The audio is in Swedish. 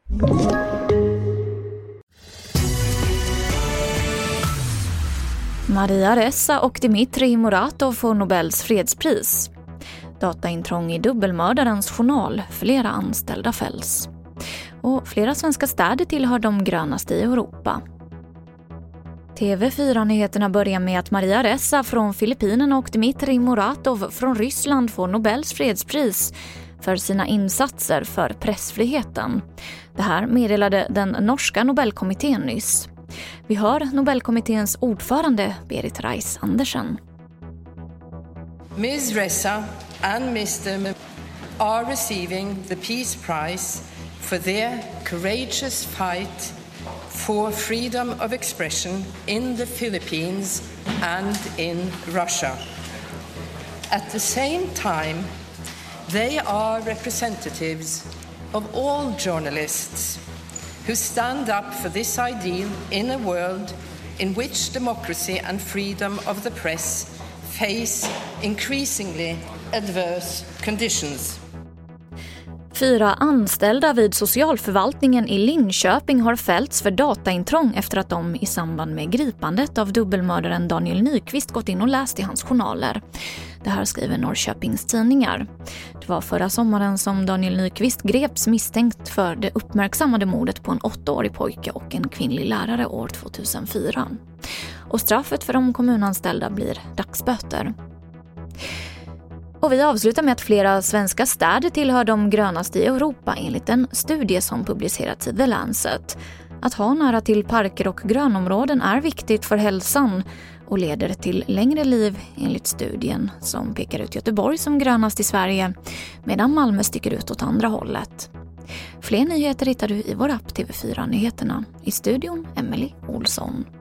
Maria Ressa och Dmitrij Muratov får Nobels fredspris. Dataintrång i dubbelmördarens journal, flera anställda fälls. Och flera svenska städer tillhör de grönaste i Europa. TV4-nyheterna börjar med att Maria Ressa från Filippinerna och Dmitrij Muratov från Ryssland får Nobels fredspris för sina insatser för pressfriheten. Det här meddelade den norska Nobelkommittén nyss. Vi hör Nobelkommitténs ordförande Berit Reiss-Andersen. Ms. Ressa and Mr. are receiving the Peace Prize for their courageous fight for freedom of expression in the Philippines and in Russia. At the same time, they are representatives of all journalists who stand up for this ideal in a world in which democracy and freedom of the press face increasingly adverse conditions. 4 anställda vid socialförvaltningen i Linköping har fällts för dataintrång efter att de i samband med gripandet av dubbelmördaren Daniel Nyqvist gått in och läst i hans journaler. Det här skriver Norrköpings tidningar. Det var förra sommaren som Daniel Nyqvist greps misstänkt för det uppmärksammade mordet på en 8-årig pojke och en kvinnlig lärare år 2004. Och straffet för de kommunanställda blir dagsböter. Och vi avslutar med att flera svenska städer tillhör de grönaste i Europa enligt en studie som publicerats i The Lancet. Att ha nära till parker och grönområden är viktigt för hälsan och leder till längre liv enligt studien som pekar ut Göteborg som grönast i Sverige medan Malmö sticker ut åt andra hållet. Fler nyheter hittar du i vår app TV4 Nyheterna. I studion Emily Olsson.